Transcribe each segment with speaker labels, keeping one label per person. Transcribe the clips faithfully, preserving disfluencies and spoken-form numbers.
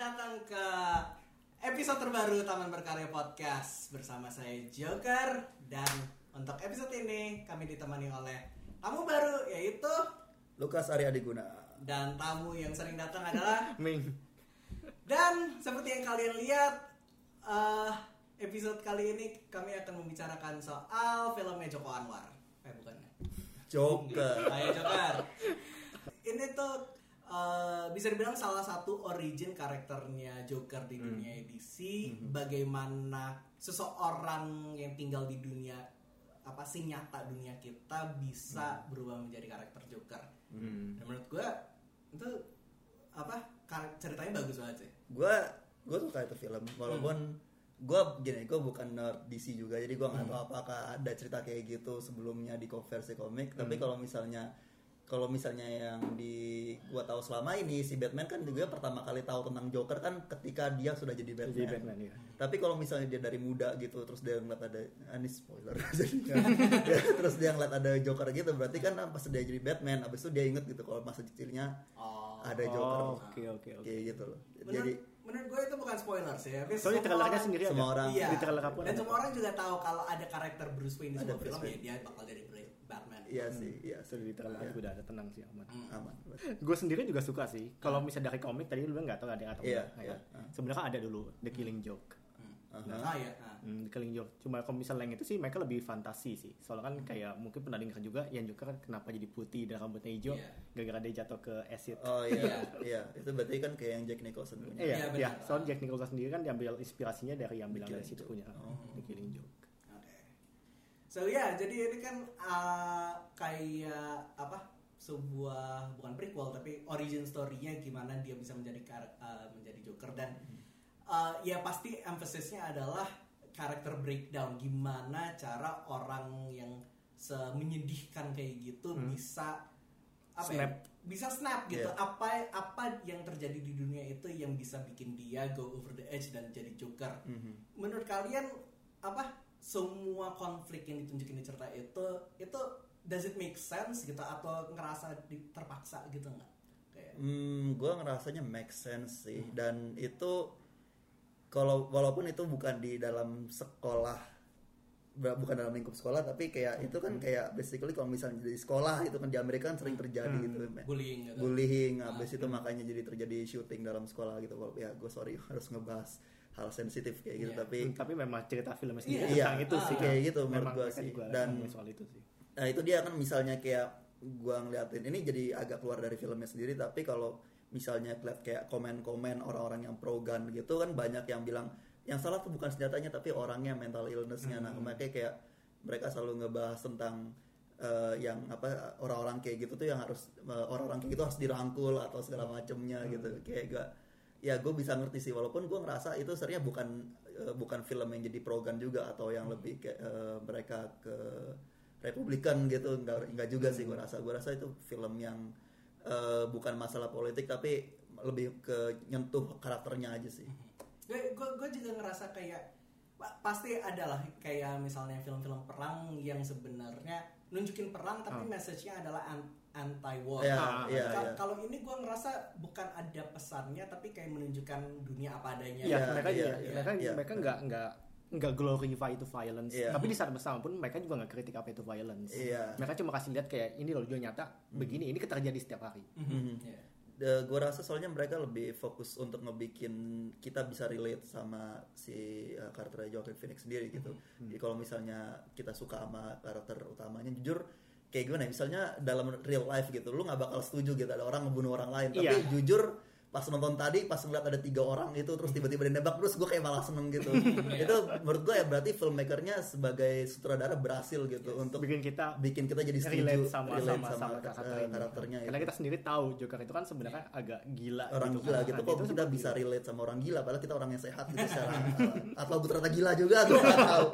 Speaker 1: datang ke episode terbaru Taman Berkarya Podcast bersama saya Joker. Dan untuk episode ini kami ditemani oleh tamu baru yaitu
Speaker 2: Lukas Arya Adiguna.
Speaker 1: Dan tamu yang sering datang adalah
Speaker 3: Ming.
Speaker 1: Dan seperti yang kalian lihat, uh, episode kali ini kami akan membicarakan soal filmnya Joko Anwar. Eh bukan ya?
Speaker 2: Joker.
Speaker 1: Ayo Joker. Ini tuh uh, bisa dibilang salah satu origin karakternya Joker di dunia D C. Mm-hmm. Bagaimana seseorang yang tinggal di dunia apa sih nyata dunia kita bisa mm. berubah menjadi karakter Joker. Mm. Dan menurut gue itu apa ceritanya bagus banget sih.
Speaker 2: Gue gue suka itu film walaupun mm. gue gini gue bukan nerd D C juga jadi gue nggak mm. tahu apakah ada cerita kayak gitu sebelumnya di versi komik. Mm. Tapi kalau misalnya kalau misalnya yang di gua tahu selama ini si Batman kan juga pertama kali tahu tentang Joker kan ketika dia sudah jadi Batman.
Speaker 3: Jadi Batman ya.
Speaker 2: Tapi kalau misalnya dia dari muda gitu terus dia ngeliat ada ah, ini spoiler jadi ya, terus dia ngeliat ada Joker gitu berarti kan pas dia jadi Batman abis itu dia inget gitu kalau masa kecilnya oh. ada Joker.
Speaker 3: Oke oke oke.
Speaker 2: Kayak gitu loh.
Speaker 1: Menurut,
Speaker 2: jadi
Speaker 1: menurut gue itu bukan spoiler sih ya.
Speaker 3: Soalnya trailernya sendiri
Speaker 2: semua
Speaker 3: ada.
Speaker 2: orang
Speaker 1: iya.
Speaker 3: Di trailer apa?
Speaker 1: Dan semua orang juga tahu kalau ada karakter Bruce Wayne di
Speaker 2: ada
Speaker 1: sebuah film
Speaker 2: Wayne.
Speaker 1: ya dia bakal jadi Batman.
Speaker 2: Iya hmm. sih, iya.
Speaker 3: Sudah di trailer
Speaker 2: ya.
Speaker 3: udah ada tenang sih aman.
Speaker 2: Hmm. Aman.
Speaker 3: Gue sendiri juga suka sih. Kalau misalnya dari komik tadi lu nggak tahu ada atau
Speaker 2: iya,
Speaker 3: enggak.
Speaker 2: Iya.
Speaker 3: Ya. Sebenarnya ada dulu The Killing Joke.
Speaker 1: Uh-huh. Ah ya.
Speaker 3: Hmm, The Killing Joke. Cuma kalau misalnya yang itu sih mereka lebih fantasi sih. Soalnya kan kayak mungkin pernah dengar juga yang Joker kan kenapa jadi putih dan rambutnya hijau yeah. gara-gara dia jatuh ke acid.
Speaker 2: Oh iya, iya. Itu berarti kan kayak yang Jack Nicholson punya.
Speaker 3: Iya,
Speaker 1: iya.
Speaker 3: iya. Soalnya Jack Nicholson sendiri kan diambil inspirasinya dari yang bilang dari situ punya
Speaker 2: oh.
Speaker 3: The Killing Joke.
Speaker 1: So ya, yeah, jadi ini kan uh, kayak apa sebuah bukan prequel tapi origin story-nya gimana dia bisa menjadi uh, menjadi Joker dan uh, ya pasti emphasisnya adalah karakter breakdown gimana cara orang yang menyedihkan kayak gitu hmm. bisa apa
Speaker 3: snap.
Speaker 1: ya bisa snap gitu
Speaker 2: yeah.
Speaker 1: apa apa yang terjadi di dunia itu yang bisa bikin dia go over the edge dan jadi Joker. Mm-hmm. Menurut kalian apa semua konflik yang ditunjukin di cerita itu itu does it make sense gitu atau ngerasa terpaksa gitu nggak? Kayak
Speaker 2: hmm, gue ngerasanya make sense sih hmm. dan itu kalau walaupun itu bukan di dalam sekolah bukan dalam lingkup sekolah tapi kayak hmm. itu kan kayak basically kalau misalnya di sekolah itu kan di Amerika kan sering terjadi hmm. gitu
Speaker 1: bullying gitu.
Speaker 2: bullying abis
Speaker 1: ah,
Speaker 2: itu
Speaker 1: hmm.
Speaker 2: makanya jadi terjadi shooting dalam sekolah gitu ya gue sorry harus ngebahas hal sensitif kayak gitu
Speaker 1: yeah.
Speaker 2: tapi
Speaker 3: hmm, tapi memang cerita filmnya sendiri
Speaker 2: iya,
Speaker 3: tentang itu
Speaker 2: ah,
Speaker 3: sih
Speaker 2: kayak gitu menurut gue sih dan
Speaker 3: soal itu sih.
Speaker 2: Nah itu dia kan misalnya kayak gue ngeliatin ini jadi agak keluar dari filmnya sendiri tapi kalau misalnya lihat kayak komen-komen orang-orang yang pro gun gitu kan banyak yang bilang yang salah tuh bukan senjatanya tapi orangnya mental illness-nya. Hmm. Nah makanya kayak mereka selalu ngebahas tentang uh, yang apa orang-orang kayak gitu tuh yang harus uh, orang-orang kayak gitu harus dirangkul atau segala macemnya hmm. gitu kayak gak ya gue bisa ngerti sih walaupun gue ngerasa itu sebenarnya bukan uh, bukan film yang jadi pro gun juga atau yang hmm. lebih kayak uh, mereka ke Republikan gitu enggak enggak juga sih gue rasa gue rasa itu film yang uh, bukan masalah politik tapi lebih ke nyentuh karakternya aja sih.
Speaker 1: Gue gue juga ngerasa kayak pasti adalah kayak misalnya film-film perang yang sebenarnya nunjukin perang tapi oh. message-nya adalah anti-war.
Speaker 2: Yeah,
Speaker 1: nah,
Speaker 2: yeah,
Speaker 1: kal-
Speaker 2: yeah.
Speaker 1: Kalau ini gue ngerasa bukan ada pesannya tapi kayak menunjukkan dunia apa adanya.
Speaker 3: Iya,
Speaker 2: yeah,
Speaker 3: mereka
Speaker 2: yeah,
Speaker 3: yeah,
Speaker 2: yeah,
Speaker 3: mereka
Speaker 2: yeah.
Speaker 3: mereka nggak nggak nggak glorify itu violence,
Speaker 2: yeah.
Speaker 3: tapi di saat bersama pun mereka juga nggak kritik apa itu violence.
Speaker 2: Yeah.
Speaker 3: Mereka cuma kasih lihat kayak ini loh dunia nyata mm-hmm. begini, ini terjadi setiap hari.
Speaker 2: Mm-hmm. Yeah. Uh, gue rasa soalnya mereka lebih fokus untuk ngebikin kita bisa relate sama si uh, karakter Joaquin Phoenix sendiri gitu. Mm-hmm. Jadi kalau misalnya kita suka sama karakter utamanya, jujur kayak gimana? Misalnya dalam real life gitu, lu nggak bakal setuju gitu ada orang ngebunuh orang lain. Tapi yeah. jujur pas nonton tadi, pas ngeliat ada tiga orang itu terus tiba-tiba dinembak terus gue kayak malah seneng gitu. Itu menurut gue ya berarti filmmakernya sebagai sutradara berhasil gitu yes. untuk
Speaker 3: bikin kita
Speaker 2: bikin kita jadi setuju
Speaker 3: relate sama
Speaker 2: relate
Speaker 3: sama, sama, sama karakter
Speaker 2: uh, karakternya.
Speaker 3: Karena kita sendiri tahu Joker itu kan sebenarnya yeah. agak gila.
Speaker 2: Orang
Speaker 3: gitu,
Speaker 2: gila
Speaker 3: kan.
Speaker 2: gitu
Speaker 3: Nah,
Speaker 2: kok
Speaker 3: itu
Speaker 2: kita bisa
Speaker 3: gila.
Speaker 2: relate sama orang gila padahal kita orang yang sehat gitu secara atau gue ternyata gila juga gue nggak tahu.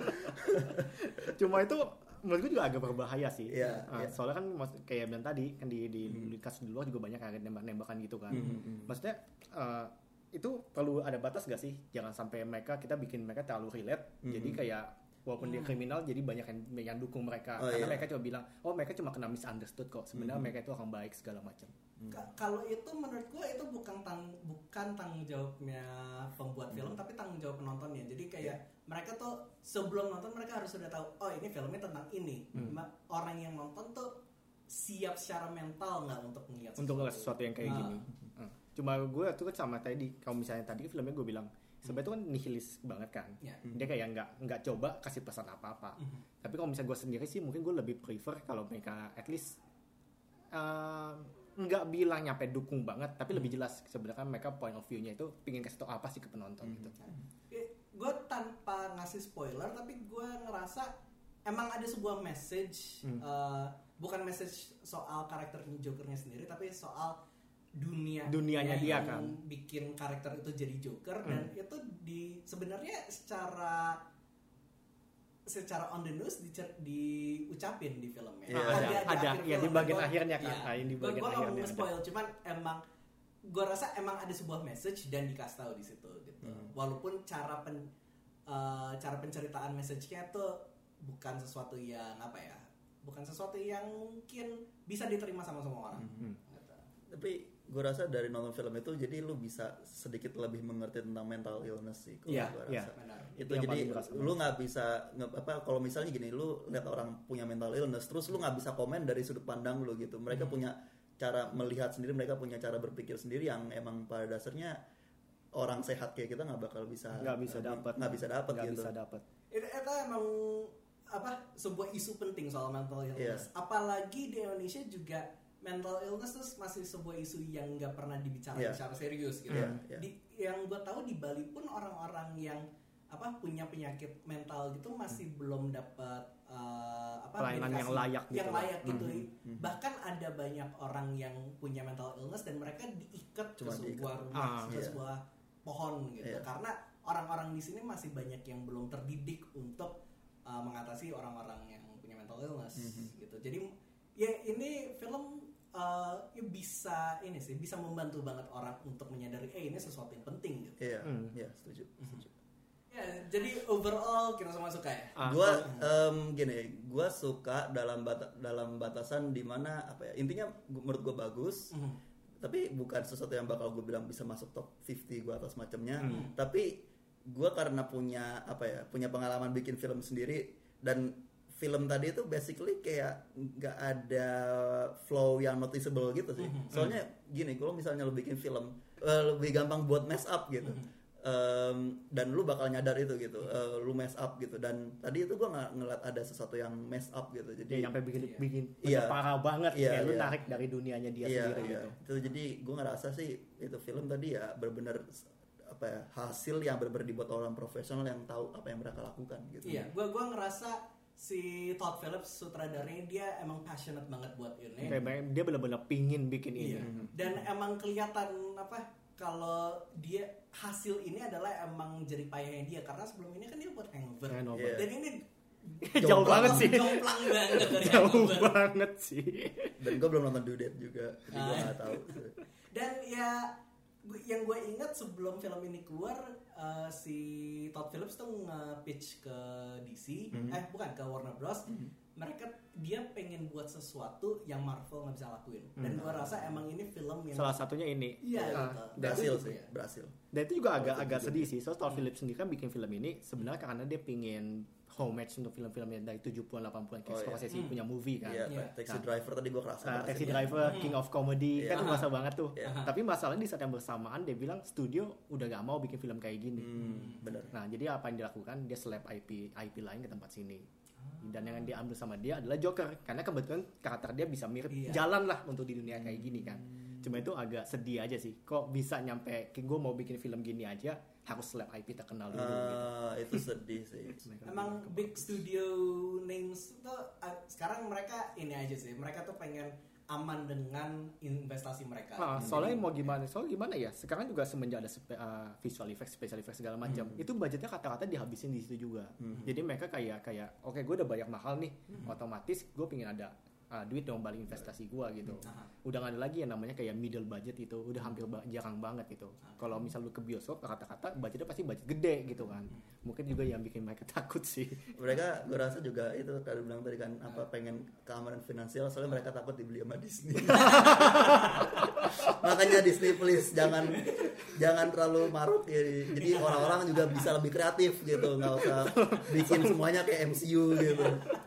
Speaker 3: Cuma itu menurut gue juga agak berbahaya sih.
Speaker 2: Yeah,
Speaker 3: nah,
Speaker 2: yeah.
Speaker 3: Soalnya kan kayak bilang tadi kan di di, hmm. di kasus di luar juga banyak yang nembak-nembakan gitu kan. Hmm, hmm. Maksudnya uh, itu perlu ada batas gak sih? Jangan sampai mereka kita bikin mereka terlalu relate. Hmm. Jadi kayak walaupun
Speaker 1: Hmm.
Speaker 3: dia kriminal jadi banyak yang, yang dukung mereka
Speaker 2: Oh,
Speaker 3: karena
Speaker 2: iya.
Speaker 3: mereka cuma bilang oh mereka cuma kena misunderstood kok sebenarnya
Speaker 2: Hmm.
Speaker 3: mereka itu orang baik segala macam.
Speaker 1: Ka- Kalau itu menurut gue itu bukan tang bukan tanggung jawabnya pembuat film tapi tanggung jawab penontonnya. Jadi kayak mereka tuh sebelum nonton mereka harus sudah tahu oh ini filmnya tentang ini. Ma- Orang yang nonton tuh siap secara mental nggak untuk melihat
Speaker 3: Untuk ngeliat sesuatu yang kayak
Speaker 1: Ah.
Speaker 3: gini. Hmm. Cuma gue tuh kan sama tadi kalau misalnya tadi filmnya gue bilang sebenarnya itu kan nihilis banget kan.
Speaker 1: Ya.
Speaker 3: Dia kayak nggak nggak coba kasih pesan apa-apa.
Speaker 1: Mhm.
Speaker 3: Tapi kalau misalnya gue sendiri sih mungkin gue lebih prefer kalau mereka at least uh, nggak bilang nyampe dukung banget, tapi lebih jelas sebenarnya mereka point of view-nya itu pingin kasih tau apa sih ke penonton gitu.
Speaker 1: Gue tanpa ngasih spoiler tapi gue ngerasa emang ada sebuah message
Speaker 3: Hmm.
Speaker 1: eh, bukan message soal karakternya Jokernya sendiri tapi soal dunia
Speaker 3: Dunianya dia
Speaker 1: yang
Speaker 3: kan.
Speaker 1: bikin karakter itu jadi Joker dan
Speaker 3: Hmm.
Speaker 1: itu di sebenarnya secara secara on the nose dicer- diucapin di filmnya.
Speaker 2: Iya,
Speaker 3: ada, ada,
Speaker 1: akhir
Speaker 3: ya di
Speaker 1: film.
Speaker 3: bagian
Speaker 1: Gua-
Speaker 3: akhirnya kan,
Speaker 1: iya.
Speaker 3: ah, yang di
Speaker 1: Gua-
Speaker 3: bagian
Speaker 1: gua nggak mau
Speaker 3: akhirnya ada.
Speaker 1: spoil, cuman emang gue rasa emang ada sebuah message dan dikasih tahu di situ gitu.
Speaker 2: Hmm.
Speaker 1: Walaupun cara pen eh, cara penceritaan message-nya tuh bukan sesuatu yang apa ya, bukan sesuatu yang mungkin bisa diterima sama semua orang.
Speaker 3: Hmm.
Speaker 1: Gitu.
Speaker 2: Tapi gue rasa dari nonton film itu jadi lu bisa sedikit lebih mengerti tentang mental illness sih. Kalau
Speaker 3: Iya,
Speaker 2: gua
Speaker 3: iya.
Speaker 2: rasa.
Speaker 1: Benar.
Speaker 2: Itu
Speaker 3: Itu yang
Speaker 2: jadi
Speaker 3: paling berasa.
Speaker 2: lu nggak bisa nge- apa kalau misalnya gini lu lihat orang punya mental illness terus lu nggak bisa komen dari sudut pandang lu gitu. Mereka
Speaker 1: Hmm.
Speaker 2: punya cara melihat sendiri, mereka punya cara berpikir sendiri yang emang pada dasarnya orang sehat kayak kita nggak bakal bisa
Speaker 3: Nggak bisa dapat,
Speaker 2: nggak bisa dapat
Speaker 3: nggak
Speaker 2: gitu.
Speaker 3: bisa dapat.
Speaker 1: Itu, itu emang apa sebuah isu penting soal mental illness.
Speaker 2: Iya.
Speaker 1: Apalagi di Indonesia juga mental illness tuh masih sebuah isu yang nggak pernah dibicarain
Speaker 2: Iya.
Speaker 1: secara serius gitu.
Speaker 2: Iya, iya.
Speaker 1: Di, yang gue tahu di Bali pun orang-orang yang apa punya penyakit mental gitu masih belum dapat eh, apa
Speaker 3: Pelayanan
Speaker 1: medikasi
Speaker 3: yang layak gitu
Speaker 1: yang
Speaker 3: lah.
Speaker 1: layak gitu.
Speaker 2: Mhm, mhm.
Speaker 1: Bahkan ada banyak orang yang punya mental illness dan mereka diikat
Speaker 2: Cuma
Speaker 1: ke
Speaker 2: diikat.
Speaker 1: sebuah rumah,
Speaker 3: Ah,
Speaker 1: ke
Speaker 2: iya.
Speaker 1: sebuah pohon gitu.
Speaker 2: Iya.
Speaker 1: Karena orang-orang di sini masih banyak yang belum terdidik untuk uh, mengatasi orang-orang yang punya mental illness
Speaker 2: Mhm.
Speaker 1: gitu. Jadi ya ini film uh, ya bisa ini sih bisa membantu banget orang untuk menyadari eh ini sesuatu yang penting gitu.
Speaker 2: Iya,
Speaker 3: Hmm.
Speaker 2: iya setuju, setuju.
Speaker 1: Ya, jadi overall kita semua suka ya.
Speaker 3: Ah,
Speaker 2: Gua em, gini, gua suka dalam bata- dalam batasan dimana apa ya? Intinya gua- menurut gua bagus,
Speaker 1: Mhm.
Speaker 2: tapi bukan sesuatu yang bakal gue bilang bisa masuk top lima puluh gue atau semacamnya.
Speaker 3: Hmm.
Speaker 2: Tapi gue karena punya apa ya, punya pengalaman bikin film sendiri dan film tadi itu basically kayak nggak ada flow yang noticeable gitu sih.
Speaker 1: Mhm.
Speaker 2: Soalnya gini, kalau misalnya lo bikin film eh, lebih gampang buat mess up gitu. Em, dan lu bakal nyadar itu gitu, eh, lu mess up gitu. Dan tadi itu gue nggak ngeliat ada sesuatu yang mess up gitu. Jadi
Speaker 3: Dia sampai bikin
Speaker 1: Iya.
Speaker 3: bikin
Speaker 2: Iya.
Speaker 3: parah banget
Speaker 2: Iya,
Speaker 3: kayak lu
Speaker 2: iya.
Speaker 3: narik dari dunianya dia
Speaker 2: iya,
Speaker 3: sendiri
Speaker 2: iya.
Speaker 3: gitu.
Speaker 2: Itu jadi gue ngerasa sih itu film tadi ya benar-benar apa ya, hasil yang benar-benar dibuat orang profesional yang tahu apa yang mereka lakukan gitu.
Speaker 1: Iya, gua gua ngerasa si Todd Phillips sutradaranya dia emang passionate banget buat ini.
Speaker 3: Kayak mereka- dia benar-benar pingin bikin
Speaker 1: Iya.
Speaker 3: ini.
Speaker 1: Dan emang kelihatan apa kalau dia hasil ini adalah emang jerih payahnya dia karena sebelum ini kan dia buat Hangover.
Speaker 3: Hangover.
Speaker 2: Iya.
Speaker 1: Dan ini
Speaker 3: Jauh banget sih.
Speaker 1: jomplang banget dari
Speaker 3: Jauh
Speaker 1: Hangover.
Speaker 3: banget sih.
Speaker 2: Dan gue belum nonton Due Date juga, jadi gue
Speaker 1: Ah.
Speaker 2: nggak tahu.
Speaker 1: Dan ya gu- yang gue ingat sebelum film ini keluar uh, si Todd Phillips tuh nge-pitch ke D C,
Speaker 2: Mhm.
Speaker 1: eh bukan ke Warner Bros. Mereka dia pengen buat sesuatu yang Marvel nggak bisa lakuin. Dan
Speaker 3: Mhm.
Speaker 1: gue rasa emang ini film yang
Speaker 3: Salah satunya ini.
Speaker 1: iya
Speaker 3: Ah,
Speaker 1: gitu.
Speaker 2: Berhasil
Speaker 1: Dan-
Speaker 2: sih,
Speaker 1: iya.
Speaker 2: berhasil.
Speaker 3: Dan itu juga agak
Speaker 2: Oh, itu
Speaker 3: agak
Speaker 2: juga.
Speaker 3: sedih sih. Soalnya Todd Phillips sendiri kan bikin film ini sebenarnya karena dia pingin homage untuk film-filmnya dari tujuh puluhan delapan puluhan kayak
Speaker 2: Oh, iya.
Speaker 3: Scorsese
Speaker 1: Hmm.
Speaker 3: punya movie kan.
Speaker 2: Iya,
Speaker 1: Iya.
Speaker 2: Taxi
Speaker 3: Nah.
Speaker 2: Driver tadi gue kerasa.
Speaker 3: Nah,
Speaker 2: banget
Speaker 3: Taxi
Speaker 2: sih.
Speaker 3: Driver,
Speaker 1: Hmm.
Speaker 3: King of Comedy
Speaker 2: Iya.
Speaker 3: kan itu masa banget tuh.
Speaker 2: Iya.
Speaker 3: Tapi masalahnya di saat yang bersamaan dia bilang studio udah gak mau bikin film kayak gini.
Speaker 2: Hmm, benar.
Speaker 3: Nah, jadi apa yang dilakukan? Dia slap I P I P lain ke tempat sini. Dan yang diambil sama dia adalah Joker karena kebetulan karakter dia bisa mirip
Speaker 1: Iya.
Speaker 3: jalan lah untuk di dunia kayak gini kan. Cuma itu agak sedih aja sih. Kok bisa nyampe gue mau bikin film gini aja harus slap I P terkenal dulu gitu.
Speaker 2: Ah, itu sedih sih.
Speaker 1: Emang big studio names tuh uh, sekarang mereka ini aja sih. Mereka tuh pengen aman dengan investasi mereka.
Speaker 3: Ah,
Speaker 1: Jadi-
Speaker 3: soalnya mau gimana? Soalnya gimana ya? Sekarang juga semenjak ada spe- uh, visual effects, special effects segala macam,
Speaker 1: Hmm.
Speaker 3: itu budgetnya kata-kata dihabisin di situ juga.
Speaker 2: Hmm.
Speaker 3: Jadi mereka kayak kayak, oke gue udah banyak mahal nih, otomatis gue pengen ada ah, duit dong balik investasi gua gitu.
Speaker 1: Aha.
Speaker 3: Udah gak ada lagi yang namanya kayak middle budget itu, udah hampir ba- jarang banget gitu. Kalau misal lu ke bioskop rata-rata budgetnya pasti budget gede gitu kan. Mungkin juga yang bikin mereka takut sih.
Speaker 2: Mereka gue rasa juga itu tadi bilang tadi kan apa pengen keamanan finansial soalnya mereka takut dibeli sama Disney. Makanya Disney please jangan jangan terlalu maruk ya. Jadi orang-orang juga bisa lebih kreatif gitu, nggak usah bikin semuanya kayak M C U gitu.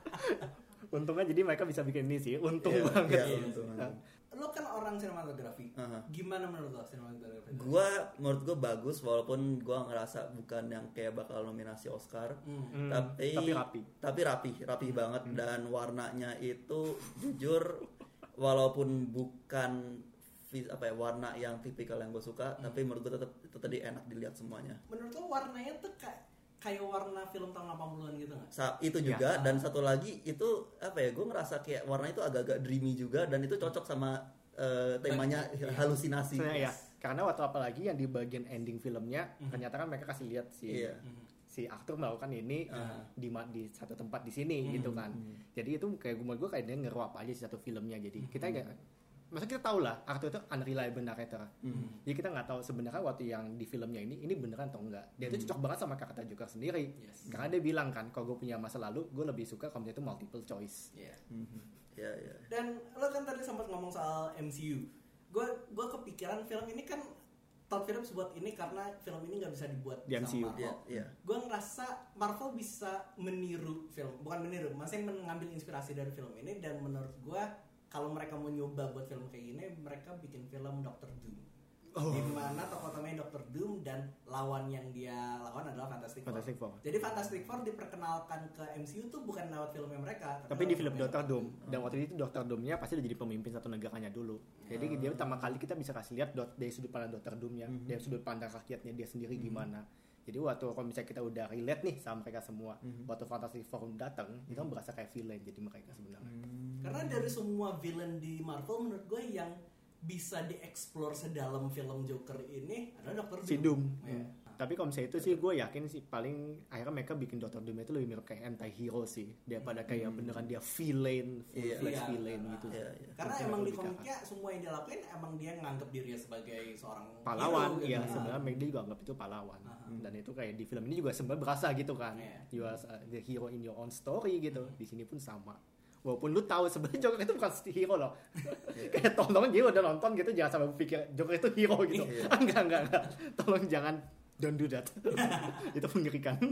Speaker 3: Untungnya jadi mereka bisa bikin ini sih, untung
Speaker 2: Iya,
Speaker 3: banget.
Speaker 2: iya,
Speaker 3: Nah,
Speaker 2: untung.
Speaker 1: Lo kan orang sinematografi.
Speaker 2: Aha.
Speaker 1: Gimana menurut lo sinematografi?
Speaker 2: Gua menurut gue bagus walaupun gua ngerasa bukan yang kayak bakal nominasi Oscar.
Speaker 1: Hmm.
Speaker 2: Tapi,
Speaker 3: tapi rapi.
Speaker 2: tapi rapi rapi banget dan warnanya itu jujur walaupun bukan vis- apa ya warna yang tipikal yang gue suka tapi menurut gue tetap itu tadi enak dilihat semuanya.
Speaker 1: Menurut lo warnanya tuh kayak kayak warna film tahun delapan puluhan gitu nggak?
Speaker 2: Sa- itu juga dan satu lagi itu apa ya gue ngerasa kayak warna itu agak-agak dreamy juga dan itu cocok sama eh, temanya
Speaker 1: Iya.
Speaker 2: halusinasi.
Speaker 3: Sebenarnya ya, karena waktu apalagi yang di bagian ending filmnya, ternyata kan mereka kasih lihat si
Speaker 2: Iya.
Speaker 3: si aktor melakukan ini
Speaker 2: Ah.
Speaker 3: di ma- di satu tempat di sini gitu kan. Jadi itu kayak gue gue kayak dia ngeruap aja si satu filmnya. Jadi kita nggak, masa kita tahu lah aktor itu unreliable narrator. Jadi kita nggak tahu sebenarnya waktu yang di filmnya ini ini beneran atau enggak. Dia itu cocok banget sama karakter Joker sendiri.
Speaker 1: Yes.
Speaker 3: Karena dia bilang kan, kalau gue punya masa lalu, gue lebih suka kalau itu multiple choice.
Speaker 1: Iya.
Speaker 2: Ya ya.
Speaker 1: Dan lo kan tadi sempat ngomong soal M C U. Gue gue kepikiran film ini kan Todd Phillips buat ini karena film ini nggak bisa dibuat
Speaker 3: Di M C U.
Speaker 1: sama Marvel.
Speaker 2: Iya, iya.
Speaker 1: Gue ngerasa Marvel bisa meniru film, bukan meniru, maksudnya mengambil inspirasi dari film ini dan menurut gue kalau mereka mau nyoba buat film kayak gini, mereka bikin film Doctor Doom.
Speaker 3: Oh.
Speaker 1: Di mana tokoh utamanya Doctor Doom dan lawan yang dia lawan adalah Fantastic Four.
Speaker 3: Fantastic Four.
Speaker 1: Jadi Fantastic Four diperkenalkan ke M C U tuh bukan lewat filmnya mereka,
Speaker 3: Tapi di
Speaker 1: lewat
Speaker 3: film
Speaker 1: filmnya
Speaker 3: Doctor Doom, dan waktu itu Doctor Doom-nya pasti udah jadi pemimpin satu negaranya dulu. Jadi dia pertama kali kita bisa kasih lihat dot, dari sudut pandang Doctor Doom-nya, dari sudut pandang rakyatnya dia sendiri gimana. Jadi waktu kalau misalnya kita udah relate nih sama mereka semua, waktu Fantastic Four datang, itu kan berasa kayak villain jadi mereka sebenarnya.
Speaker 1: Karena dari semua villain di Marvel menurut gue yang bisa dieksplor sedalam film Joker ini adalah Doctor Doom.
Speaker 3: Si Doom.
Speaker 1: Ya.
Speaker 3: Hmm. Tapi kalau misalnya itu sih gue yakin sih paling akhirnya mereka bikin Doctor Doom itu lebih mirip kayak anti-hero sih daripada kayak beneran dia villain, full
Speaker 2: Iya.
Speaker 3: fledged
Speaker 1: Iya,
Speaker 3: villain
Speaker 1: karena-
Speaker 3: gitu.
Speaker 2: Iya, iya.
Speaker 1: Karena
Speaker 3: Itu
Speaker 1: emang di
Speaker 3: lebih ke arah
Speaker 1: komiknya semua yang dia lakuin emang dia nganggap dirinya sebagai seorang
Speaker 3: pahlawan,
Speaker 1: hero, gitu.
Speaker 3: ya
Speaker 1: Nah.
Speaker 3: sebenarnya dia juga anggap itu pahlawan.
Speaker 1: Aha.
Speaker 3: Dan itu kayak di film ini juga sebenarnya berasa gitu kan.
Speaker 1: Iya.
Speaker 3: You are uh, the hero in your own story gitu. Di sini pun sama. Walaupun lu tahu sebenarnya Joker itu bukan hero loh. Kayak tolong dia udah nonton gitu jangan sampai pikir Joker itu hero gitu.
Speaker 2: Iya.
Speaker 3: enggak, enggak, enggak. Tolong jangan don't do that. Itu mengerikan.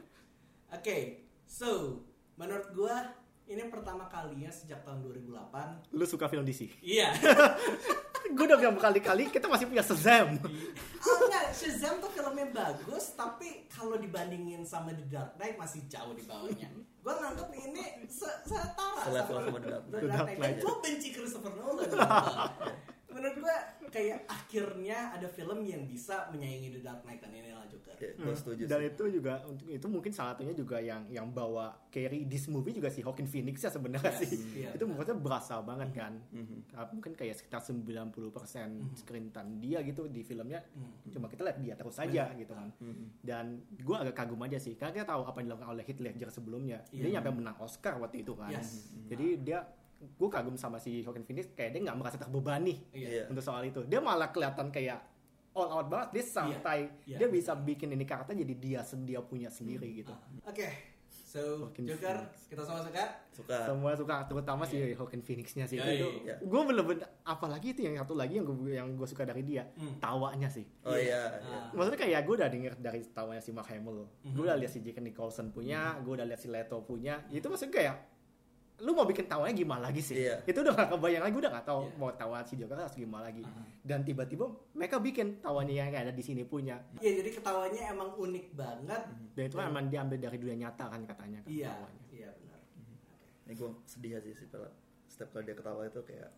Speaker 1: Oke, so menurut gue ini pertama kalinya sejak tahun dua ribu delapan.
Speaker 3: Lu suka film D C?
Speaker 1: Iya.
Speaker 3: Gue udah bilang berkali-kali kita masih punya Shazam.
Speaker 1: Oh enggak, Shazam tuh filmnya bagus, tapi kalau dibandingin sama The Dark Knight masih jauh di bawahnya. Gue nganggep ini se- setara
Speaker 2: Selevel sama The Dark Knight.
Speaker 1: The Dark Knight. Dan gue benci Christopher Nolan. Menurut gue kayak akhirnya ada film yang bisa menyaingi The Dark Knight dan inilah Joker.
Speaker 2: Ya, gue setuju
Speaker 3: Dan
Speaker 2: sih.
Speaker 3: itu juga untuk itu mungkin salah satunya juga yang yang bawa carry this movie juga si Joaquin Phoenix ya sebenarnya
Speaker 1: Yes,
Speaker 3: sih.
Speaker 1: iya,
Speaker 3: Itu
Speaker 1: benar.
Speaker 3: maksudnya berasa banget kan.
Speaker 2: Mhm.
Speaker 3: Ah, mungkin kayak sekitar sembilan puluh persen screen time dia gitu di filmnya. Cuma kita lihat dia terus aja gitu kan. Dan gue agak kagum aja sih karena kita tahu apa yang dilakukan oleh Heath Ledger sebelumnya. Dia
Speaker 1: Iya.
Speaker 3: nyampe menang Oscar waktu itu kan.
Speaker 1: Yes.
Speaker 3: Jadi dia gue kagum sama si Joaquin Phoenix kayak dia nggak merasa terbebani
Speaker 1: Iya.
Speaker 3: untuk soal itu. Dia malah kelihatan kayak all out banget, dia santai.
Speaker 1: Iya.
Speaker 3: Dia bisa bikin ini karakter jadi dia dia punya sendiri gitu.
Speaker 1: Oke, so
Speaker 3: Joaquin
Speaker 1: Joker
Speaker 3: Phoenix.
Speaker 1: kita semua suka.
Speaker 2: Suka.
Speaker 3: Semua suka, terutama si Joaquin Phoenix-nya sih.
Speaker 1: Yoi.
Speaker 3: Itu
Speaker 2: Iya.
Speaker 3: gue bener-bener apalagi itu yang satu lagi yang gue yang gue suka dari dia,
Speaker 1: Hmm.
Speaker 3: tawanya sih.
Speaker 2: Oh iya.
Speaker 1: Ah.
Speaker 3: Maksudnya kayak gue udah denger dari tawanya si Mark Hamill, gue udah lihat si Jack Nicholson punya, gue udah lihat si Leto punya. Itu maksudnya kayak lu mau bikin tawanya gimana lagi sih?
Speaker 2: Iya.
Speaker 3: Itu udah gak kebayang lagi, gue udah gak tahu
Speaker 1: Iya.
Speaker 3: mau tawa si Joker harus gimana lagi. Dan tiba-tiba mereka bikin tawanya yang kayak ada di sini punya.
Speaker 1: Iya, jadi ketawanya emang unik banget.
Speaker 3: Dan itu kan emang diambil dari dunia nyata kan katanya kan
Speaker 1: Iya,
Speaker 3: tawanya.
Speaker 1: iya benar.
Speaker 2: Ini gue sedih aja sih kalau setiap kali dia ketawa itu kayak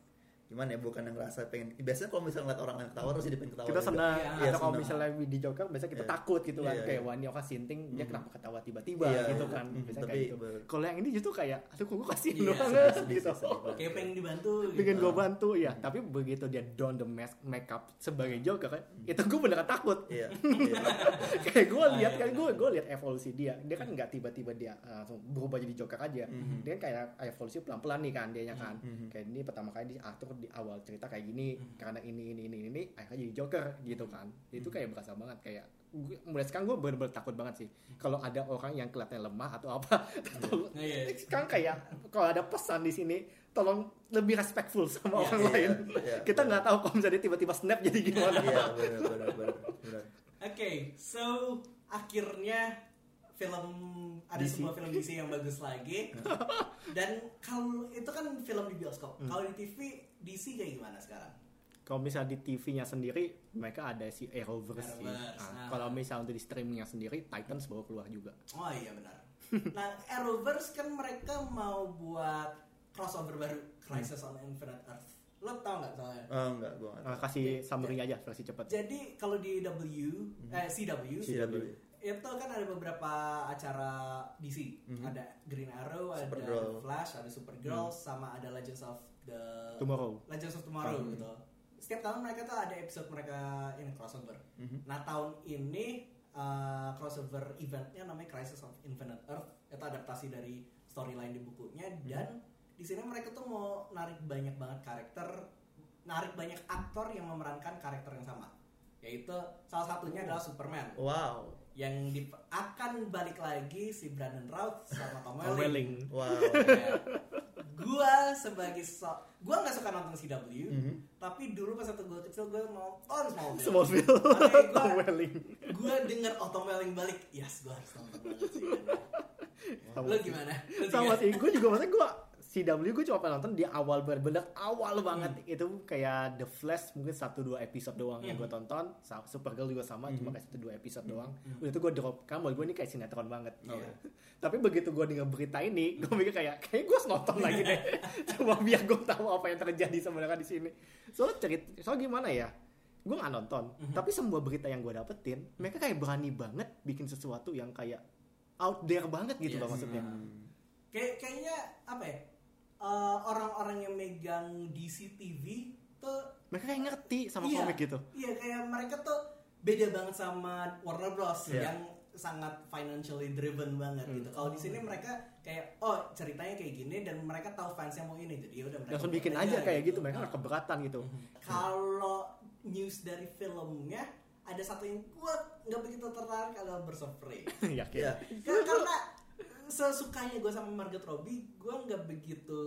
Speaker 2: gimana ya, bukan yang ngerasa pengen, biasanya kalau misalnya ngeliat orang lain ketawa terus jadi pengen ketawa
Speaker 3: Kita
Speaker 2: juga.
Speaker 3: senang,
Speaker 1: Iya,
Speaker 3: atau kalau
Speaker 2: senang.
Speaker 3: misalnya di Joker biasanya kita
Speaker 2: Iya.
Speaker 3: takut gitu kan,
Speaker 2: Iya,
Speaker 3: kayak
Speaker 2: iya.
Speaker 3: wah ini orang sinting, dia
Speaker 2: Mhm.
Speaker 3: kenapa ketawa tiba-tiba
Speaker 2: Iya,
Speaker 3: gitu
Speaker 2: iya.
Speaker 3: kan,
Speaker 2: Mhm,
Speaker 3: biasanya
Speaker 2: tapi
Speaker 3: kayak gitu.
Speaker 2: ber-
Speaker 3: Kalau yang ini justru kayak, aduh kok gue kasihin
Speaker 1: Iya,
Speaker 3: banget
Speaker 2: sedih,
Speaker 3: gitu.
Speaker 2: sedih, sedih banget.
Speaker 1: Kayak pengen dibantu
Speaker 3: Bikin
Speaker 1: gitu.
Speaker 3: gue bantu ya, tapi begitu dia don the mask makeup sebagai Joker kan, itu gue beneran takut.
Speaker 2: Iya, iya.
Speaker 3: Kayak gue
Speaker 1: Ah,
Speaker 3: lihat
Speaker 1: iya,
Speaker 3: kan, gue
Speaker 1: benar.
Speaker 3: gue lihat evolusi dia, dia kan nggak tiba-tiba dia uh, langsung berubah jadi Joker aja,
Speaker 2: Mhm.
Speaker 3: dia kan kayak evolusi pelan-pelan nih kan dianya kan,
Speaker 2: Mhm.
Speaker 3: kayak ini pertama kali diatur di awal cerita kayak gini, karena ini ini ini ini akhirnya jadi Joker gitu kan, itu kayak berasa banget kayak gue, mulai sekarang gue bener-bener takut banget sih kalau ada orang yang kelihatannya lemah atau apa. Tolong-
Speaker 1: Nah, iya.
Speaker 3: sekarang kayak kalau ada pesan di sini tolong lebih respectful sama
Speaker 1: Iya,
Speaker 3: orang
Speaker 2: iya,
Speaker 3: lain.
Speaker 2: iya,
Speaker 3: Kita
Speaker 2: benar.
Speaker 3: nggak tahu kalau misalnya dia tiba-tiba snap jadi gimana.
Speaker 2: Iya, benar benar benar. benar.
Speaker 1: Oke, so akhirnya film ada
Speaker 2: D C.
Speaker 1: sebuah film D C yang bagus lagi. Dan kalau itu kan film di bioskop.
Speaker 3: Hmm.
Speaker 1: Kalau di T V D C kayak gimana sekarang?
Speaker 3: Kalau misalnya di T V-nya sendiri mereka ada si Arrowverse sih.
Speaker 1: Arrowverse,
Speaker 3: Nah,
Speaker 1: nah.
Speaker 3: Kalau misalnya untuk di streamingnya sendiri Titans baru keluar juga.
Speaker 1: Oh iya benar. Nah, Arrowverse kan mereka mau buat crossover baru, Crisis on Infinite Earth. Lo tau nggak soalnya?
Speaker 2: Oh, enggak, gua enggak.
Speaker 3: Nah, kasih summary aja versi cepat.
Speaker 1: Jadi kalau di W, eh, C W,
Speaker 2: C W.
Speaker 1: itu kan ada beberapa acara D C.
Speaker 2: Mhm.
Speaker 1: Ada Green Arrow, ada
Speaker 2: Supergirl.
Speaker 1: The Flash, ada Supergirl, sama ada Legends of the
Speaker 3: Tomorrow.
Speaker 1: Legends of Tomorrow
Speaker 2: Mhm.
Speaker 1: gitu. Setiap tahun mereka tuh ada episode mereka ini crossover.
Speaker 2: Mhm.
Speaker 1: Nah tahun ini uh, crossover eventnya namanya Crisis of Infinite Earth. Itu adaptasi dari storyline di bukunya, dan di sini mereka tuh mau narik banyak banget karakter, narik banyak aktor yang memerankan karakter yang sama. Yaitu salah satunya adalah Superman.
Speaker 2: Wow.
Speaker 1: Yang di- akan balik lagi si Brandon Routh sama Tom
Speaker 3: Tom
Speaker 1: Welling.
Speaker 3: Welling.
Speaker 2: Wow.
Speaker 1: Ya. Gua sebagai so, gua nggak suka nonton C W,
Speaker 2: Mhm.
Speaker 1: tapi dulu pas waktu gua kecil gua nonton Smallville.
Speaker 3: Smallville.
Speaker 1: Makanya gua,
Speaker 3: Tom Welling.
Speaker 1: gua denger oh Tom Welling balik, yes gua harus nonton banget sih.
Speaker 3: Sama
Speaker 1: Lu
Speaker 3: sih.
Speaker 1: gimana? Lu
Speaker 3: Sama
Speaker 1: juga?
Speaker 3: sih, gue juga maksudnya gue C W gue cuma pernah nonton di awal bener-bener awal banget. Itu kayak The Flash mungkin satu dua episode doang yang gue tonton. Sa- Supergirl juga sama, cuma kayak satu dua episode doang. Udah itu gue drop, kan buat gue ini kayak sinetron banget.
Speaker 1: Iya.
Speaker 3: Tapi begitu gue denger berita ini, gue mikir kayak kayak gue harus nonton lagi deh. Cuma biar gue tahu apa yang terjadi sebenarnya di sini. Soalnya cerita, soal gimana ya? Gue nggak nonton, tapi semua berita yang gue dapetin, mereka kayak berani banget bikin sesuatu yang kayak out there banget gitu
Speaker 1: Yes.
Speaker 3: loh maksudnya.
Speaker 2: Hmm.
Speaker 1: Kayak kayaknya apa ya? eh, orang-orang yang megang D C T V tuh
Speaker 3: Mereka kayak ngerti sama
Speaker 1: iya,
Speaker 3: komik gitu.
Speaker 1: Iya, kayak mereka tuh beda banget sama Warner Bros
Speaker 2: Iya.
Speaker 1: yang sangat financially driven banget
Speaker 3: Hmm.
Speaker 1: gitu. Kalau di sini mereka kayak oh ceritanya kayak gini dan mereka tahu fansnya mau ini, jadi ya udah mereka
Speaker 3: Langsung
Speaker 1: buat
Speaker 3: bikin aja kayak gitu, mereka
Speaker 1: Nah,
Speaker 3: nggak keberatan gitu.
Speaker 1: kalau news dari filmnya ada satu yang gua nggak begitu tertarik adalah Birds of Prey.
Speaker 3: Yakin.
Speaker 2: Iya.
Speaker 1: Karena, karena sesukanya gue sama Margot Robbie, gue nggak begitu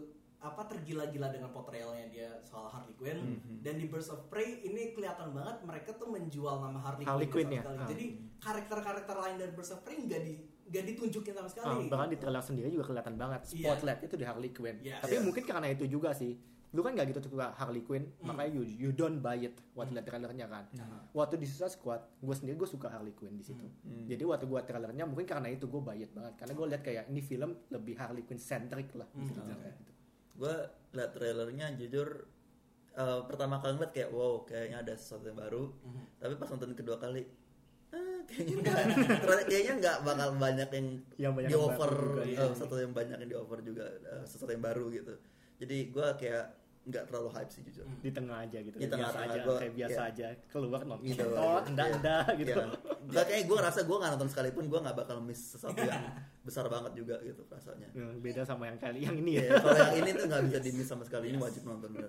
Speaker 1: apa tergila-gila dengan portrayalnya dia soal Harley Quinn.
Speaker 2: Mhm.
Speaker 1: Dan di Birds of Prey ini kelihatan banget mereka tuh menjual nama Harley,
Speaker 3: Harley
Speaker 1: Quinn,
Speaker 3: Quinn
Speaker 1: sama
Speaker 3: ya?
Speaker 1: sekali.
Speaker 3: Ah.
Speaker 1: Jadi karakter-karakter lain dari Birds of Prey nggak di nggak ditunjukin sama
Speaker 3: Ah,
Speaker 1: sekali.
Speaker 3: bahkan di trailer sendiri juga kelihatan banget
Speaker 1: Iya.
Speaker 3: spotlight itu di Harley Quinn.
Speaker 1: Yes.
Speaker 3: Tapi
Speaker 2: Yes.
Speaker 3: mungkin karena itu juga sih. Lu kan nggak gitu suka Harley Quinn,
Speaker 1: Hmm.
Speaker 3: makanya you, you don't buy it waktu lihat trailernya kan.
Speaker 1: Nah.
Speaker 3: Waktu di Suicide Squad, gue sendiri gue suka Harley Quinn di situ.
Speaker 2: Hmm.
Speaker 3: Jadi waktu gue trailernya mungkin karena itu gue buy it banget. Karena gue lihat kayak ini film lebih Harley Quinn centric lah.
Speaker 1: Hmm.
Speaker 3: Gitu.
Speaker 2: Hmm.
Speaker 3: Gitu.
Speaker 2: Gue liat trailernya jujur eh, pertama kali ngeliat kayak wow kayaknya ada sesuatu yang baru.
Speaker 1: Mhm.
Speaker 2: Tapi pas nonton kedua kali ah, kayaknya nggak ternyata kayaknya nggak bakal banyak yang
Speaker 3: Yang banyak
Speaker 2: di
Speaker 3: yang
Speaker 2: over
Speaker 3: baru juga,
Speaker 2: eh,
Speaker 3: iya.
Speaker 2: satu yang banyak yang di over juga eh, sesuatu yang baru gitu. Jadi gue kayak nggak terlalu hype sih jujur.
Speaker 1: Hmm.
Speaker 3: Di tengah aja gitu.
Speaker 2: Di
Speaker 3: Kayak
Speaker 2: tengah,
Speaker 3: biasa
Speaker 2: tengah,
Speaker 3: aja,
Speaker 2: gua-
Speaker 3: kayak biasa
Speaker 2: iya.
Speaker 3: aja. Keluar nonton,
Speaker 2: Gitu.
Speaker 3: nonton, enda-enda gitu.
Speaker 2: Iya. Nggak kayak gue rasa gue nggak nonton sekalipun gue nggak bakal miss sesuatu yang besar banget juga gitu rasanya.
Speaker 3: Ya, beda sama yang kali yang ini ya.
Speaker 2: Iya, kalau yang ini tuh nggak bisa di miss sama sekali, ini wajib nonton bener.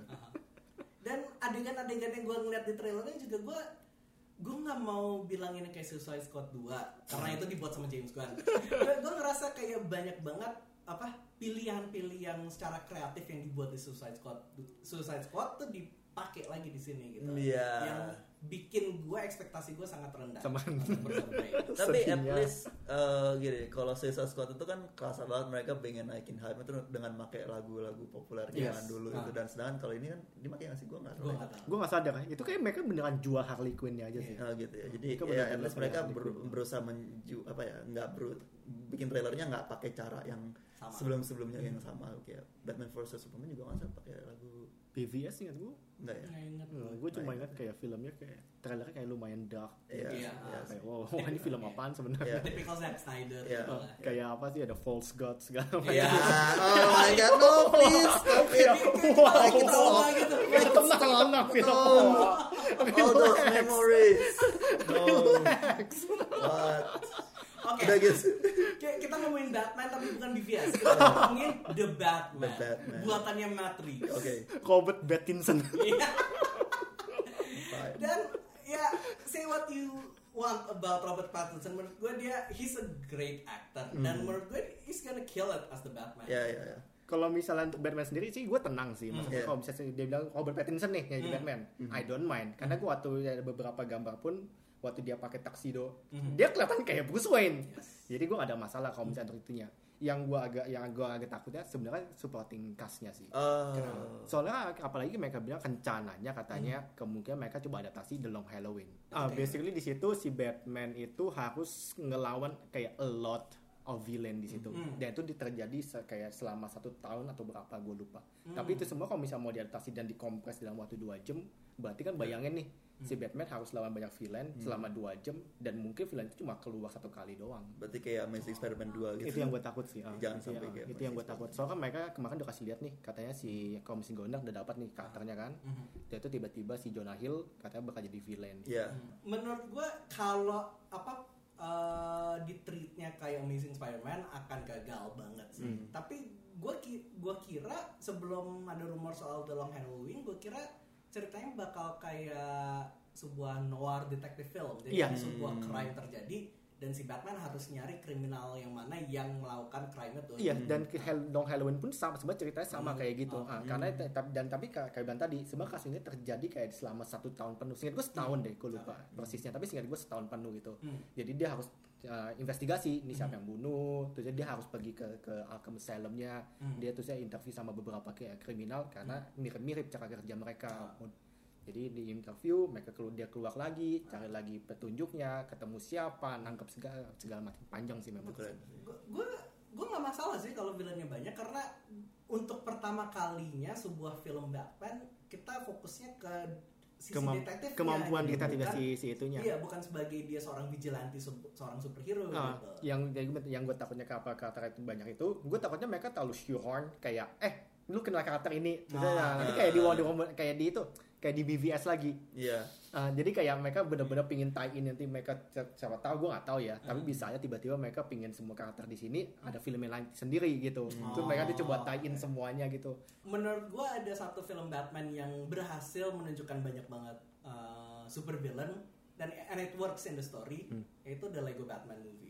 Speaker 1: Dan adegan-adegan yang gue ngeliat di trailernya juga gue gue nggak mau bilang ini kayak Suicide Squad dua karena itu dibuat sama James Gunn. Gue ngerasa kayak banyak banget apa pilihan-pilihan secara kreatif yang dibuat di Suicide Squad. Suicide Squad tuh dipakai lagi di sini gitu.
Speaker 2: Iya.
Speaker 1: Yang bikin gue ekspektasi gue sangat rendah.
Speaker 3: Sama-
Speaker 1: untuk Birds of Prey.
Speaker 2: Tapi at
Speaker 3: Sedihnya.
Speaker 2: least eh, gini, kalau Suicide Squad itu kan kerasa banget mereka pengen naikin hype itu dengan pakai lagu-lagu populernya
Speaker 3: Yes.
Speaker 2: yang dulu
Speaker 1: Ah.
Speaker 2: itu, dan sedangkan kalau ini kan dipakai nggak sih gue nggak tahu.
Speaker 1: Gue
Speaker 2: ya.
Speaker 1: nggak tahu.
Speaker 3: Gue gak sadar, itu kayak mereka beneran jual Harley Quinn-nya aja sih.
Speaker 2: Nah, gitu ya. Jadi
Speaker 3: Mereka
Speaker 2: ya
Speaker 3: benar-benar
Speaker 2: at least mereka
Speaker 3: Harley
Speaker 2: ber-
Speaker 3: Quinn.
Speaker 2: berusaha menju apa ya nggak beru- bikin trailernya nggak pakai cara yang
Speaker 1: Sama.
Speaker 2: sebelum-sebelumnya
Speaker 1: Hmm.
Speaker 2: yang sama. Kayak Batman versus Superman juga nggak pakai lagu
Speaker 3: B V S ingat gue.
Speaker 2: enggak ya?
Speaker 1: Nggak inget.
Speaker 3: Hmm, gue cuma ingat kayak filmnya kayak trailernya kayak lumayan dark.
Speaker 2: Iya.
Speaker 1: Iya.
Speaker 2: iya.
Speaker 3: Kayak wow, wah, ini film apaan sebenarnya?
Speaker 2: Iya.
Speaker 1: Typical Zack Snyder
Speaker 2: Iya.
Speaker 1: gitu
Speaker 3: Oh,
Speaker 1: lah.
Speaker 3: kayak apa sih ada false god segala macam.
Speaker 1: Iya.
Speaker 2: Oh my god, no please stop it.
Speaker 3: Wow.
Speaker 2: Make it
Speaker 1: Trauma
Speaker 2: stop.
Speaker 1: gitu.
Speaker 3: Kita tenang anak film.
Speaker 2: All those memories. No. What?
Speaker 1: Oke.
Speaker 2: Udah gitu.
Speaker 1: Kayak kita ngomongin Batman tapi bukan B V S. Kita ngomongin The Batman.
Speaker 2: The Batman.
Speaker 1: Buatannya Matt Reeves.
Speaker 2: Oke.
Speaker 3: Robert Pattinson.
Speaker 1: Iya.
Speaker 2: Fine.
Speaker 1: Dan ya say what you want about Robert Pattinson. Menurut gue dia he's a great actor dan menurut gue he's gonna kill it as the Batman.
Speaker 2: Ya ya ya.
Speaker 3: Kalau misalnya untuk Batman sendiri sih gue tenang sih. Maksudnya
Speaker 2: Yeah.
Speaker 3: kalau misalnya dia bilang Robert Pattinson nih yang jadi Batman, I don't mind. Karena gue waktu ada beberapa gambar pun waktu dia pakai tuxedo, dia kelihatan kayak Bruce Wayne.
Speaker 1: Yes.
Speaker 3: Jadi gue gak ada masalah kalau misalnya untuk itunya. Yang gue agak yang gue agak takutnya sebenarnya supporting cast-nya sih.
Speaker 2: Oh.
Speaker 3: Soalnya apalagi mereka bilang rencananya katanya kemungkinan mereka coba adaptasi The Long Halloween. Ah,
Speaker 1: Oke.
Speaker 3: basically di situ si Batman itu harus ngelawan kayak a lot of villain di situ.
Speaker 1: Hmm.
Speaker 3: Dan itu terjadi se- kayak selama satu tahun atau berapa gue lupa. Tapi itu semua kalau misalnya mau diadaptasi dan dikompres dalam waktu dua jam, berarti kan bayangin nih si Batman harus lawan banyak villain selama dua jam dan mungkin villain itu cuma keluar satu kali doang.
Speaker 2: Berarti kayak Amazing Spider-Man dua gitu.
Speaker 3: Itu yang gue takut sih. ah.
Speaker 2: Jangan
Speaker 3: itu
Speaker 2: sampai
Speaker 3: yang,
Speaker 2: kayak
Speaker 3: itu yang gue
Speaker 2: Amazing
Speaker 3: takut. Soalnya kan mereka kemarin udah kasih lihat nih, katanya si Komisi Gondar udah dapat nih karakternya kan. Dan itu tiba-tiba si Jonah Hill katanya bakal jadi villain.
Speaker 2: Iya.
Speaker 1: Menurut gue kalau apa uh, di treatnya kayak Amazing Spider-Man akan gagal banget sih.
Speaker 2: Hmm.
Speaker 1: Tapi gue ki- gua kira sebelum ada rumor soal The Long Halloween, gue kira ceritanya bakal kayak sebuah noir detective film. Jadi
Speaker 3: Iya.
Speaker 1: ada sebuah
Speaker 2: Hmm.
Speaker 1: crime terjadi dan si Batman harus nyari kriminal yang mana yang melakukan crime itu.
Speaker 3: Iya, dan ke Hell- Long Halloween pun sama, sebenarnya ceritanya sama
Speaker 1: Hmm.
Speaker 3: kayak gitu.
Speaker 1: Oh.
Speaker 3: Ah, karena te- ta- dan tapi kayak kayak bilang tadi, sebenarnya kasus ini terjadi kayak selama satu tahun penuh. Seingat gue setahun deh, gue lupa persisnya. Tapi seingat gue setahun penuh gitu.
Speaker 1: Hmm.
Speaker 3: Jadi dia harus uh, investigasi, ini siapa yang bunuh. Terus dia harus pergi ke ke Arkham Asylum-nya.
Speaker 1: Hmm.
Speaker 3: Dia terus saya interview sama beberapa kayak kriminal karena mirip-mirip cara kerja mereka. Jadi di interview mereka keluar, dia keluar lagi, cari lagi petunjuknya, ketemu siapa, nangkep segala segala macam, panjang sih memang.
Speaker 2: Keren.
Speaker 1: Gue gue nggak masalah sih kalau villainnya banyak karena untuk pertama kalinya sebuah film Batman kita fokusnya ke sisi
Speaker 3: Kemam-
Speaker 1: detektifnya,
Speaker 3: kemampuan
Speaker 1: gitu.
Speaker 3: detektifnya
Speaker 1: Bukan-
Speaker 3: si si itunya.
Speaker 1: Iya, bukan sebagai dia seorang vigilante, se- seorang superhero
Speaker 3: Nah,
Speaker 1: gitu.
Speaker 3: yang yang gue takutnya karakter karakter itu banyak itu, gue takutnya mereka terlalu shoehorn kayak eh lu kenal karakter ini, terus
Speaker 1: Ah.
Speaker 3: nah, nanti kayak di Wonder Woman, kayak di itu, kayak di B V S lagi.
Speaker 2: Iya.
Speaker 3: Ah, jadi kayak mereka benar-benar pingin tie in nanti mereka si- siapa tahu gue nggak tahu ya, tapi bisa aja tiba-tiba mereka pingin semua karakter di sini ada film yang lain sendiri gitu. Terus mereka tuh coba tie in semuanya gitu.
Speaker 1: Menurut gue ada satu film Batman yang berhasil menunjukkan banyak banget uh, super villain dan and it works in the story,
Speaker 3: Hmm.
Speaker 1: yaitu The Lego Batman Movie.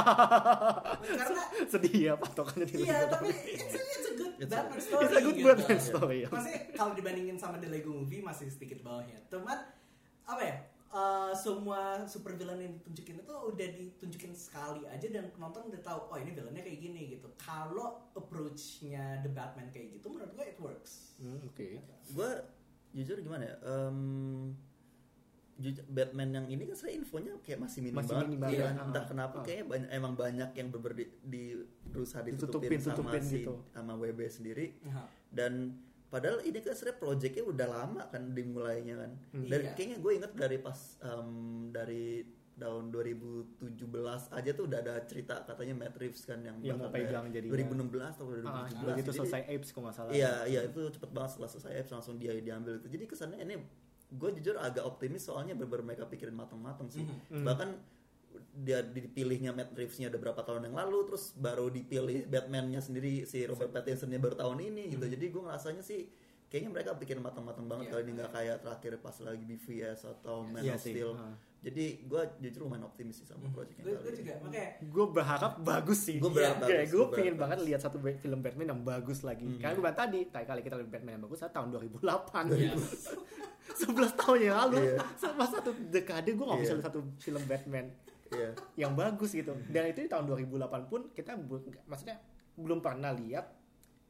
Speaker 1: Karena
Speaker 3: Sedih ya patokannya di
Speaker 1: iya,
Speaker 3: Lego
Speaker 1: tapi
Speaker 3: Batman.
Speaker 1: it's a, it's a good
Speaker 2: It's a-
Speaker 1: Batman story.
Speaker 3: It's a good
Speaker 1: gitu.
Speaker 3: Batman story. ya.
Speaker 1: Maksudnya kalau dibandingin sama The Lego Movie masih sedikit bawahnya. Cuman apa ya? uh, semua super villain yang ditunjukin itu udah ditunjukin sekali aja dan penonton udah tahu oh ini villainnya kayak gini gitu. Kalau approach-nya The Batman kayak gitu menurut gue it works.
Speaker 3: Hmm, Oke.
Speaker 2: Gue jujur gimana ya? Em, jujur, Batman yang ini kan sebenarnya infonya kayak masih minim
Speaker 3: Masih
Speaker 2: banget.
Speaker 3: minim
Speaker 2: Iya,
Speaker 3: banget.
Speaker 2: entah
Speaker 3: Ah.
Speaker 2: kenapa
Speaker 3: Ah.
Speaker 2: kayaknya banyak, emang banyak yang beber di, di berusaha ditutupin,
Speaker 3: Ditutupin,
Speaker 2: sama
Speaker 3: tutupin
Speaker 2: si
Speaker 3: gitu.
Speaker 2: sama W B sendiri.
Speaker 1: Aha.
Speaker 2: Dan padahal ini kan sebenarnya projectnya udah lama kan dimulainya kan.
Speaker 3: Hmm.
Speaker 2: Dari
Speaker 1: Iya.
Speaker 2: kayaknya gue inget dari pas em, dari tahun dua ribu tujuh belas aja tuh udah ada cerita katanya Matt Reeves kan yang
Speaker 3: Yang mau
Speaker 2: bakal kayak
Speaker 3: pegang jadinya.
Speaker 2: dua ribu enam belas atau dua ribu
Speaker 3: Ah,
Speaker 2: tujuh belas.
Speaker 3: begitu
Speaker 2: Jadi-
Speaker 3: selesai Apes kalau nggak salah.
Speaker 2: Iya, iya itu cepet banget setelah selesai apps langsung dia diambil itu. Jadi kesannya ini gue jujur agak optimis soalnya bener-bener mereka pikirin matang-matang sih.
Speaker 3: Mhm.
Speaker 2: Bahkan dia dipilihnya Matt Reeves-nya udah berapa tahun yang lalu, terus baru dipilih Batman-nya sendiri si Robert Pattinson-nya baru tahun ini gitu. Jadi gue ngerasanya sih kayaknya mereka pikirin matang-matang banget
Speaker 1: Iya.
Speaker 2: kalau ini nggak kayak terakhir pas lagi B V S atau Man
Speaker 3: Iya
Speaker 2: of
Speaker 3: sih.
Speaker 2: Steel.
Speaker 3: Ah.
Speaker 2: Jadi gue jujur lumayan optimis sih sama project
Speaker 1: Gue
Speaker 2: yang
Speaker 1: gue
Speaker 2: kali
Speaker 1: juga
Speaker 2: ini.
Speaker 1: makanya
Speaker 3: Gue berharap bagus sih.
Speaker 2: Gue berharap
Speaker 3: Kayak
Speaker 2: bagus,
Speaker 3: gue
Speaker 2: gue
Speaker 3: pengen
Speaker 2: berharap
Speaker 3: banget
Speaker 2: bagus.
Speaker 3: lihat satu ba- film Batman yang bagus lagi.
Speaker 2: Hmm.
Speaker 3: Karena gue bilang tadi, tadi kali kita lihat Batman yang bagus adalah tahun dua ribu delapan.
Speaker 1: Iya.
Speaker 3: sebelas tahun yang lalu.
Speaker 2: Iya.
Speaker 3: Sama satu dekade gue gak bisa
Speaker 2: Iya.
Speaker 3: lihat satu film Batman
Speaker 2: Iya.
Speaker 3: yang bagus gitu. Dan itu di tahun dua ribu delapan pun kita bu- maksudnya belum pernah lihat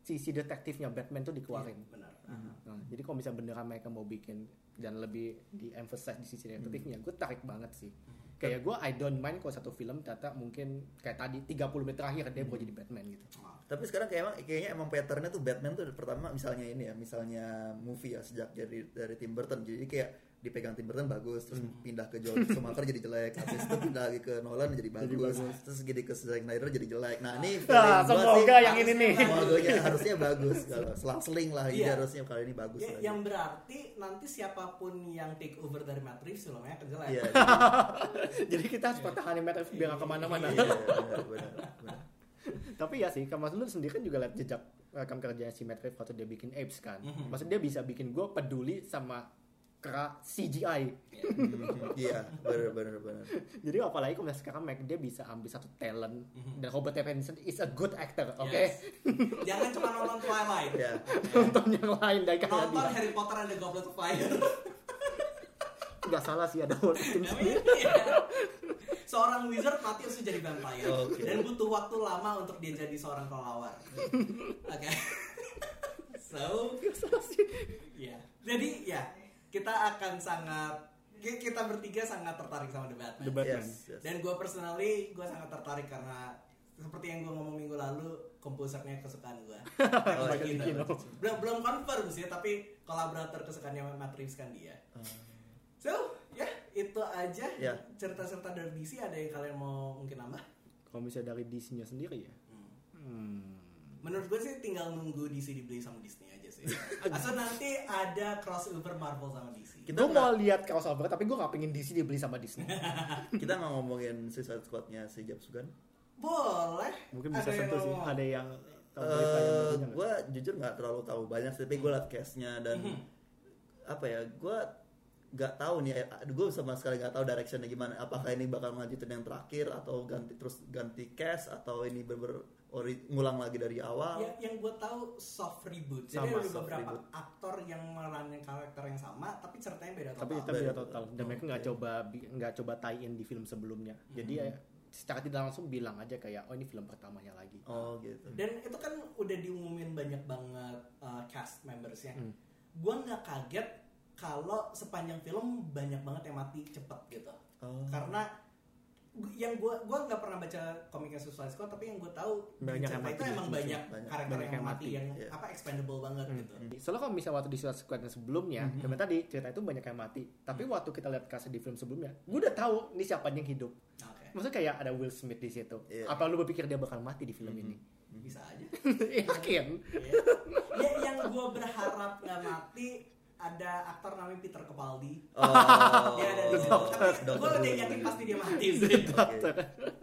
Speaker 3: sisi detektifnya Batman tuh dikeluarin.
Speaker 1: Iya, benar.
Speaker 3: Nah, jadi kalau misalnya beneran mereka mau bikin dan lebih di-emphasize di sisi detektifnya, gue tarik banget sih. Kayak gue I don't mind kalau satu film ternyata mungkin kayak tadi tiga puluh menit terakhir dia mau jadi Batman gitu.
Speaker 2: Tapi sekarang kayak emang, kayaknya emang patternnya tuh Batman tuh pertama misalnya ini ya, misalnya movie ya sejak dari dari Tim Burton, jadi kayak dipegang Tim Burton bagus, terus hmm. pindah ke Joel Schumacher jadi jelek, habis itu pindah lagi ke Nolan jadi bagus, jadi bagus. Terus jadi ke Zack Snyder jadi jelek. Nah ini
Speaker 3: nah, semoga sih, yang ini nih
Speaker 2: semoga harusnya bagus, kalau selang-seling lah ini
Speaker 1: yeah.
Speaker 2: harusnya kali ini bagus.
Speaker 1: Yeah, yang berarti nanti siapapun yang take over dari Matt Reeves filmnya akan jelek.
Speaker 2: Yeah,
Speaker 3: jadi kita harus pertahanin Matt Reeves biar nggak kemana-mana.
Speaker 2: Iya, benar, benar, benar.
Speaker 3: Tapi ya sih, Mas lu sendiri kan juga lihat jejak rekam kerjanya si Matt Reeves waktu dia bikin Apes kan. Mm-hmm. Maksudnya dia bisa bikin gue peduli sama kera C G I.
Speaker 2: Iya, benar benar benar.
Speaker 3: Jadi apalagi kalau sekarang Mac dia bisa ambil satu talent mm-hmm. dan Robert Pattinson is a good actor, oke?
Speaker 1: Okay? Yes. Jangan cuma nonton Twilight.
Speaker 2: Yeah.
Speaker 3: Nonton yang lain dan
Speaker 1: nonton dia. Harry Potter and the Goblet of Fire.
Speaker 3: Gak salah sih ada Robert Pattinson.
Speaker 1: Seorang wizard mati harus jadi vampire
Speaker 2: okay.
Speaker 1: dan butuh waktu lama untuk dia jadi seorang kelelawar. Oke. Okay. So, ya. Yeah. Jadi ya, kita akan sangat kita bertiga sangat tertarik sama The Batman.
Speaker 3: The Batman.
Speaker 2: Yes, yes.
Speaker 1: Dan gue personally gue sangat tertarik karena seperti yang gue ngomong minggu lalu, komposernya kesukaan gue.
Speaker 3: Oh, gitu.
Speaker 1: Belum belum confirm sih, tapi kolaborator kesukaannya Matt Reeves kan dia. Uh. So, ya yeah, itu aja
Speaker 2: yeah.
Speaker 1: cerita-cerita dari D C. Ada yang kalian mau mungkin nambah?
Speaker 3: Kalau misalnya dari D C-nya sendiri ya. Hmm.
Speaker 1: Hmm. Menurut gue sih tinggal nunggu D C dibeli sama Disney aja sih. Asal nanti ada crossover Marvel sama D C.
Speaker 3: Gue mau lihat crossover, tapi gue gak pengen D C dibeli sama Disney.
Speaker 2: Kita nggak ngomongin Suicide Squad-nya si James Gunn?
Speaker 1: Boleh.
Speaker 3: Mungkin bisa sentuh sih. Ada yang tahu
Speaker 2: uh,
Speaker 3: berita yang
Speaker 2: gue jujur nggak terlalu tahu banyak, tapi gue liat cast-nya dan mm-hmm. apa ya, gue nggak tahu nih, gue sama sekali nggak tahu directionnya gimana. Apakah ini bakal melanjutin yang terakhir atau ganti terus ganti cast atau ini bener ori ngulang lagi dari awal?
Speaker 1: Ya, yang gue tahu soft reboot. Jadi ada beberapa reboot. Aktor yang meranin karakter yang sama, tapi ceritanya beda total.
Speaker 3: Tapi itu beda total. Dan mereka nggak okay. coba nggak coba tie in di film sebelumnya. Jadi mm-hmm. ya secara tidak langsung bilang aja kayak oh ini film pertamanya lagi.
Speaker 2: Oh gitu.
Speaker 1: Dan itu kan udah diumumin banyak banget uh, cast membersnya. Mm. Gue nggak kaget kalau sepanjang film banyak banget yang mati cepet gitu. Oh. Karena yang gue gue nggak pernah baca komiknya Suicide Squad, tapi yang gue tahu
Speaker 3: banyak yang mati
Speaker 1: itu emang banyak,
Speaker 2: banyak
Speaker 1: karakter
Speaker 3: banyak
Speaker 1: yang mati, mati yang
Speaker 2: yeah.
Speaker 1: apa expendable banget
Speaker 3: hmm.
Speaker 1: gitu.
Speaker 3: Soalnya kalau misalnya waktu di Suicide Squad yang sebelumnya, mm-hmm. karena tadi cerita itu banyak yang mati. Tapi
Speaker 1: mm-hmm.
Speaker 3: waktu kita lihat kasih di film sebelumnya, gue udah tahu nih siapa yang hidup.
Speaker 1: Okay.
Speaker 3: Maksudnya kayak ada Will Smith di situ. Yeah. Apa lu berpikir dia bakal mati di film mm-hmm. ini?
Speaker 1: Bisa aja.
Speaker 3: Yakin?
Speaker 1: Yeah. Ya, yang gue berharap nggak mati. Ada aktor namanya Peter Capaldi.
Speaker 2: Oh.
Speaker 1: Dia ada di situ. Tapi gue udah yakin pasti dia mati sih.
Speaker 2: Okay.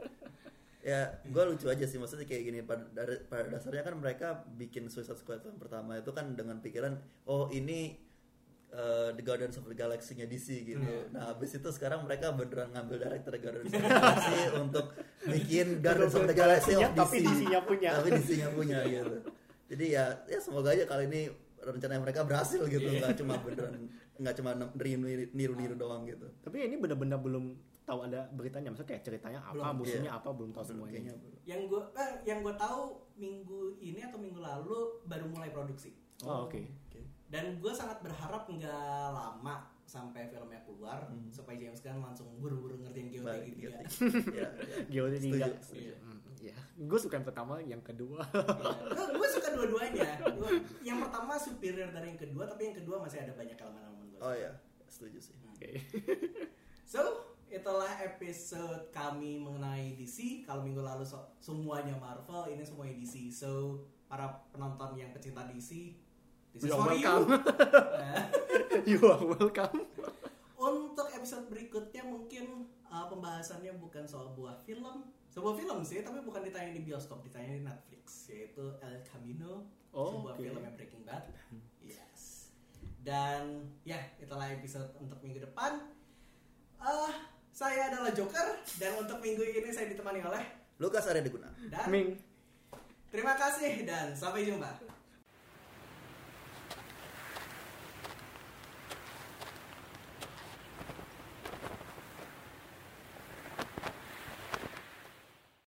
Speaker 2: Ya, gue lucu aja sih, maksudnya kayak gini. Pada, pada dasarnya kan mereka bikin Suicide Squad yang pertama itu kan dengan pikiran, oh ini uh, The Guardians of the Galaxy-nya D C gitu. Hmm. Nah, abis itu sekarang mereka beneran ngambil director Guardians of the Galaxy untuk bikin Guardians of the Galaxy of D C.
Speaker 3: Tapi D C-nya punya.
Speaker 2: Tapi D C-nya punya gitu. Jadi ya, ya semoga aja kali ini rencana mereka berhasil gitu, nggak yeah. cuma beneran nggak cuma niru-niru doang gitu.
Speaker 3: Tapi ini benar-benar belum tahu ada beritanya, maksudnya kayak ceritanya apa, belum, musuhnya yeah. apa, belum tahu belum, semuanya.
Speaker 1: Yang gue eh, yang gue tahu minggu ini atau minggu lalu baru mulai produksi.
Speaker 3: Oh, oke. Okay.
Speaker 2: Okay.
Speaker 1: Dan gue sangat berharap nggak lama sampai filmnya keluar hmm. supaya James Gunn langsung buru-buru ngerjain G O T tiga.
Speaker 3: G O T tiga. Ya, gue suka yang pertama, yang kedua.
Speaker 1: Ya, gue suka dua-duanya. Gua, yang pertama superior dari yang kedua, tapi yang kedua masih ada banyak elemen-elemen gue.
Speaker 2: Oh ya, setuju sih.
Speaker 1: Hmm. Okay. So, itulah episode kami mengenai D C. Kalau minggu lalu so, semuanya Marvel, ini semuanya D C. So, para penonton yang pecinta D C, this is for you.
Speaker 3: You are welcome.
Speaker 1: Untuk episode berikutnya mungkin uh, pembahasannya bukan soal buah film. Sebuah film sih, tapi bukan ditayang di bioskop, ditayang di Netflix, yaitu El Camino, oh, sebuah okay. film yang Breaking Bad. Yes. Dan ya, itulah episode untuk minggu depan. Uh, saya adalah Joker, dan untuk minggu ini saya ditemani oleh
Speaker 2: Lukas Arya Diguna
Speaker 1: dan
Speaker 3: Ming.
Speaker 1: Terima kasih dan sampai jumpa.